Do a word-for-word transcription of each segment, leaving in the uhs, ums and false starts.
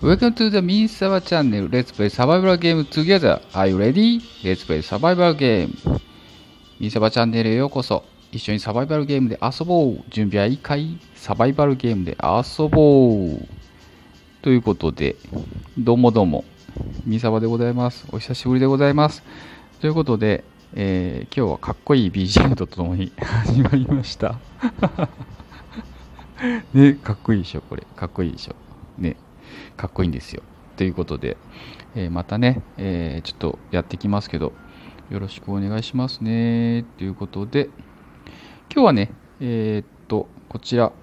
Welcome to the Misawa channel. Let's play survival game together. Are you ready? Let's play survival game. ミサバチャンネルへようこそ。一緒にサバイバルゲームで遊ぼう。準備はいいかい？サバイバルゲームで遊ぼう。ということで、どうもどうも、ミサバでございます。お久しぶりでございます。ということで、えー、今日はかっこいい ビージーエム とともに始まりました。ね、かっこいいでしょ、これ。かっこいいでしょ。ね、かっこいいんですよ。ということで、えー、またね、えー、ちょっとやってきますけど、よろしくお願いしますね。ということで、今日はね、えー、っと、こちら、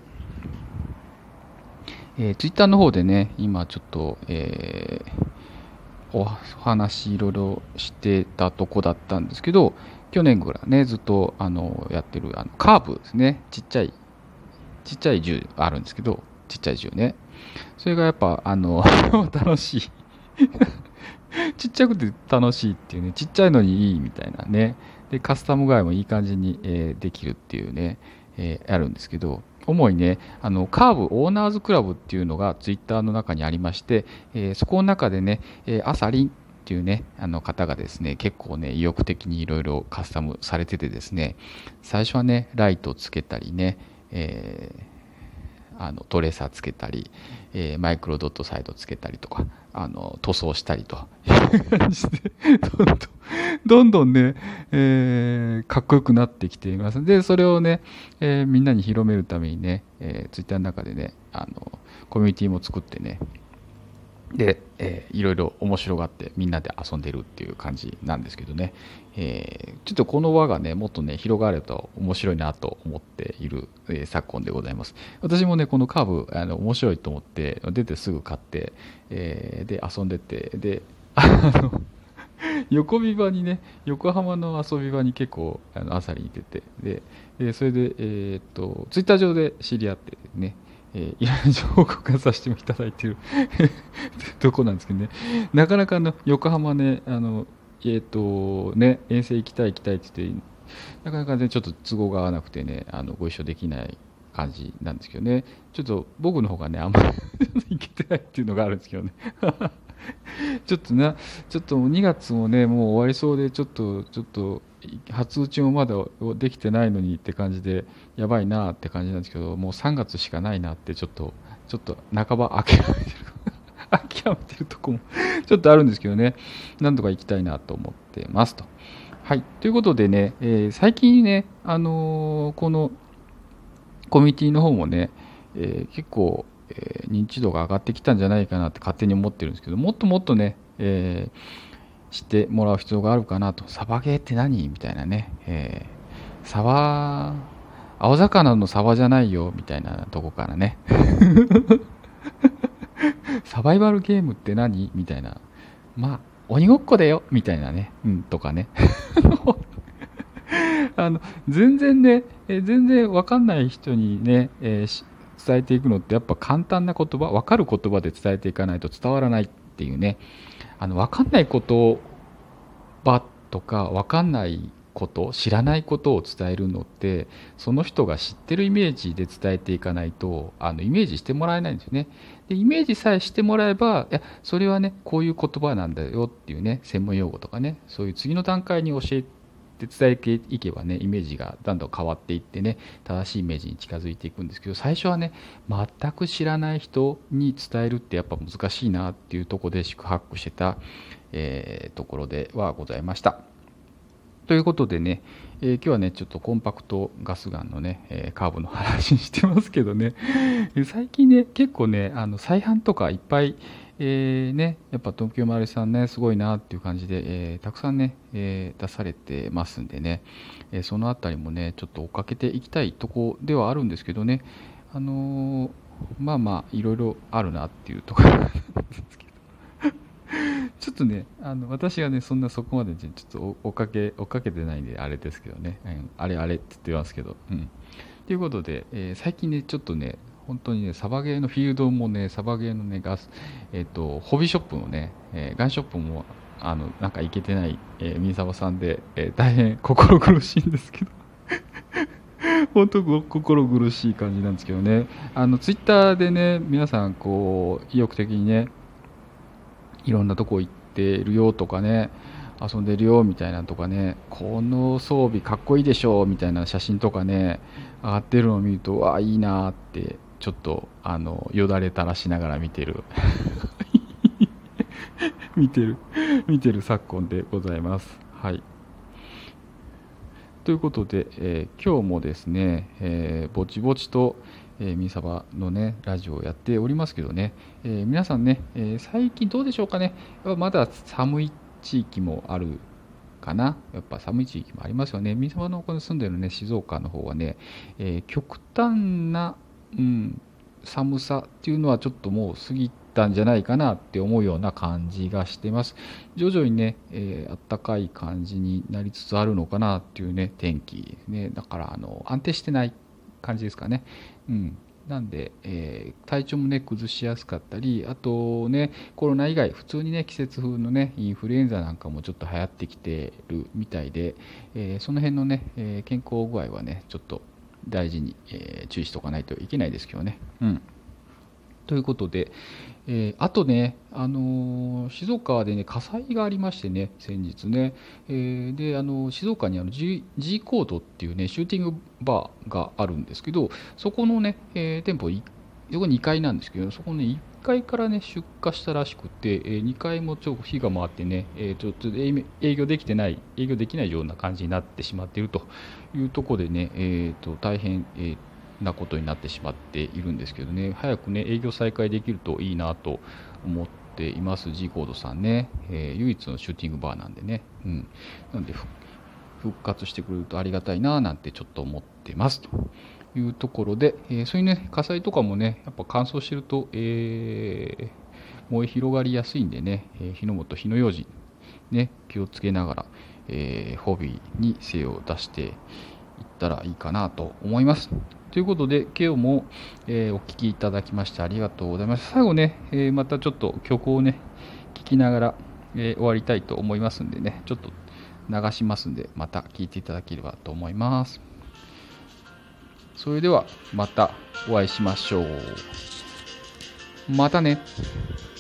えー、ツイッターの方でね、今ちょっと、えー、お話いろいろしてたとこだったんですけど、去年ぐらいね、ずっとあのやってるあのカーブですね、ちっちゃい、ちっちゃい銃あるんですけど、ちっちゃい銃ね。それがやっぱ、あの、楽しい。ちっちゃくて楽しいっていうね、ちっちゃいのにいいみたいなね。で、カスタム具合もいい感じに、えーできるっていうね、えーあるんですけど、主にね、あの、カーブオーナーズクラブっていうのがツイッターの中にありまして、えーそこの中でね、えーアサリンっていうね、あの方がですね、結構ね、意欲的にいろいろカスタムされててですね、最初はね、ライトつけたりね、えーあのトレーサーつけたり、えーマイクロドットサイドつけたりとか、あの塗装したりという感じでどんどんどんどんね、えーかっこよくなってきています。でそれをね、えーみんなに広めるためにね、えー、ツイッターの中でね、あのコミュニティも作ってね、で、えーいろいろ面白がってみんなで遊んでるっていう感じなんですけどね、えーちょっとこの輪がねもっとね広がると面白いなと思っている、えー昨今でございます。私もねこのカーブあの面白いと思って出てすぐ買って、えーで遊んでて、であの横ビバにね、横浜の遊び場に結構あの朝にいてて、で、でそれで、えーっと、ツイッター上で知り合ってね、えーいろんな情報交換させていただいてるとこなんですけどね、なかなかあの横浜ね、あの、えーっと、ね、遠征行きたい行きたいって言って、なかなかね、ちょっと都合が合わなくてね、あのご一緒できない感じなんですけどね、ちょっと僕の方がね、あんまり行けてないっていうのがあるんですけどね。ちょっとな、ちょっとにがつもね、もう終わりそうで、ちょっと、ちょっと、初打ちもまだできてないのにって感じで、やばいなって感じなんですけど、もうさんがつしかないなって、ちょっと、ちょっと半ば諦めてる、諦めてるとこもちょっとあるんですけどね、なんとか行きたいなと思ってますと。はい。ということでね、えー最近ね、あのーこのコミュニティの方もね、えー結構、えー認知度が上がってきたんじゃないかなって勝手に思ってるんですけど、もっともっとね、えー知ってもらう必要があるかなと。サバゲーって何みたいなね、えーサバ、青魚のサバじゃないよみたいなとこからね、サバイバルゲームって何みたいな、まあ、鬼ごっこだよみたいなね、うん、とかね。あの全然ね、えー全然わかんない人にね、えーし伝えていくのってやっぱ簡単な言葉、わかる言葉で伝えていかないと伝わらないっていうね、あのわかんない言葉とかわかんないこと、知らないことを伝えるのって、その人が知ってるイメージで伝えていかないと、あのイメージしてもらえないんですよね。でイメージさえしてもらえば、いやそれはねこういう言葉なんだよっていうね、専門用語とかね、そういう次の段階に教えて伝えていけばね、イメージがだんだん変わっていってね、正しいイメージに近づいていくんですけど、最初はね全く知らない人に伝えるってやっぱ難しいなっていうところで四苦八苦してた、えーところではございました。ということでね、えー今日はねちょっとコンパクトガスガンのね、えーカーブの話してますけどね、えー最近ね結構ねあの再販とかいっぱい、えーね、やっぱ東京マルさんねすごいなっていう感じで、えーたくさんね、えー出されてますんでね、えーそのあたりもねちょっと追っかけていきたいとこではあるんですけどね、あのーまあまあいろいろあるなっていうところなんですけど、ちょっとね、あの私がね、そんなそこまでちょっと追追っかけ、追っかけてないんで、あれですけどね、うん、あれあれって言ってますけど、うん。ということで、えー最近ね、ちょっとね、本当にね、サバゲーのフィールドもね、サバゲーのね、ガス、えっ、と、ホビーショップもね、えーガンショップも、あの、なんか行けてない、えー、ミンサバさんで、えー大変心苦しいんですけど、本当心苦しい感じなんですけどね、あの、ツイッターでね、皆さん、こう、意欲的にね、 いろんなとこ行ってるよとかね、遊んでるよみたいなとかね、この装備かっこいいでしょみたいな写真とかね、上がってるのを見ると、わあ、いいなーって、ちょっと、あの、よだれ垂らしながら見てる、見てる、見てる昨今でございます。はい。ということで、えー今日もですね、えーぼちぼちと、えー、ミサバのね、ラジオをやっておりますけどね、えー皆さんね、えー最近どうでしょうかね、やっぱまだ寒い地域もあるかな、やっぱ寒い地域もありますよね。ミサバのこの住んでるね、静岡の方はね、えー極端な、うん、寒さっていうのはちょっともう過ぎたんじゃないかなって思うような感じがしてます。徐々にね、えー、暖かい感じになりつつあるのかなっていうね、天気ですね。だから、あの、安定してない感じですかね。うん。なんで、えー体調もね、崩しやすかったり、あとね、コロナ以外、普通にね、季節風のね、インフルエンザなんかもちょっと流行ってきてるみたいで、えーその辺のね、えー健康具合はね、ちょっと大事に、えー注意しておかないといけないですけどね。うん。ということで、えーあとね、あのー静岡でね、火災がありましてね、先日ね、えーで、あの静岡にあの G, G コードっていうね、シューティングバーがあるんですけど、そこのね、えー店舗、いそこにかいなんですけど、そこね、いっかいからね、出火したらしくて、えーにかいもちょっと火が回ってね、えーちょっと営営業できてない、営業できないような感じになってしまっているというところでね、えーと、大変、えーなことになってしまっているんですけどね、早くね、営業再開できるといいなと思っています。 G コードさんね、えー唯一のシューティングバーなんでね、うん、なんで復活してくれるとありがたいななんてちょっと思ってますというところで、えーそういうね、火災とかもね、やっぱ乾燥してると、えー燃え広がりやすいんでね、えー火の元火の用心ね、気をつけながら、えーホビーに精を出していったらいいかなと思います。ということで、今日も、えーお聴きいただきましてありがとうございます。最後ね、えーまたちょっと曲をね、聴きながら、えー終わりたいと思いますんでね、ちょっと流しますんで、また聴いていただければと思います。それでは、またお会いしましょう。またね。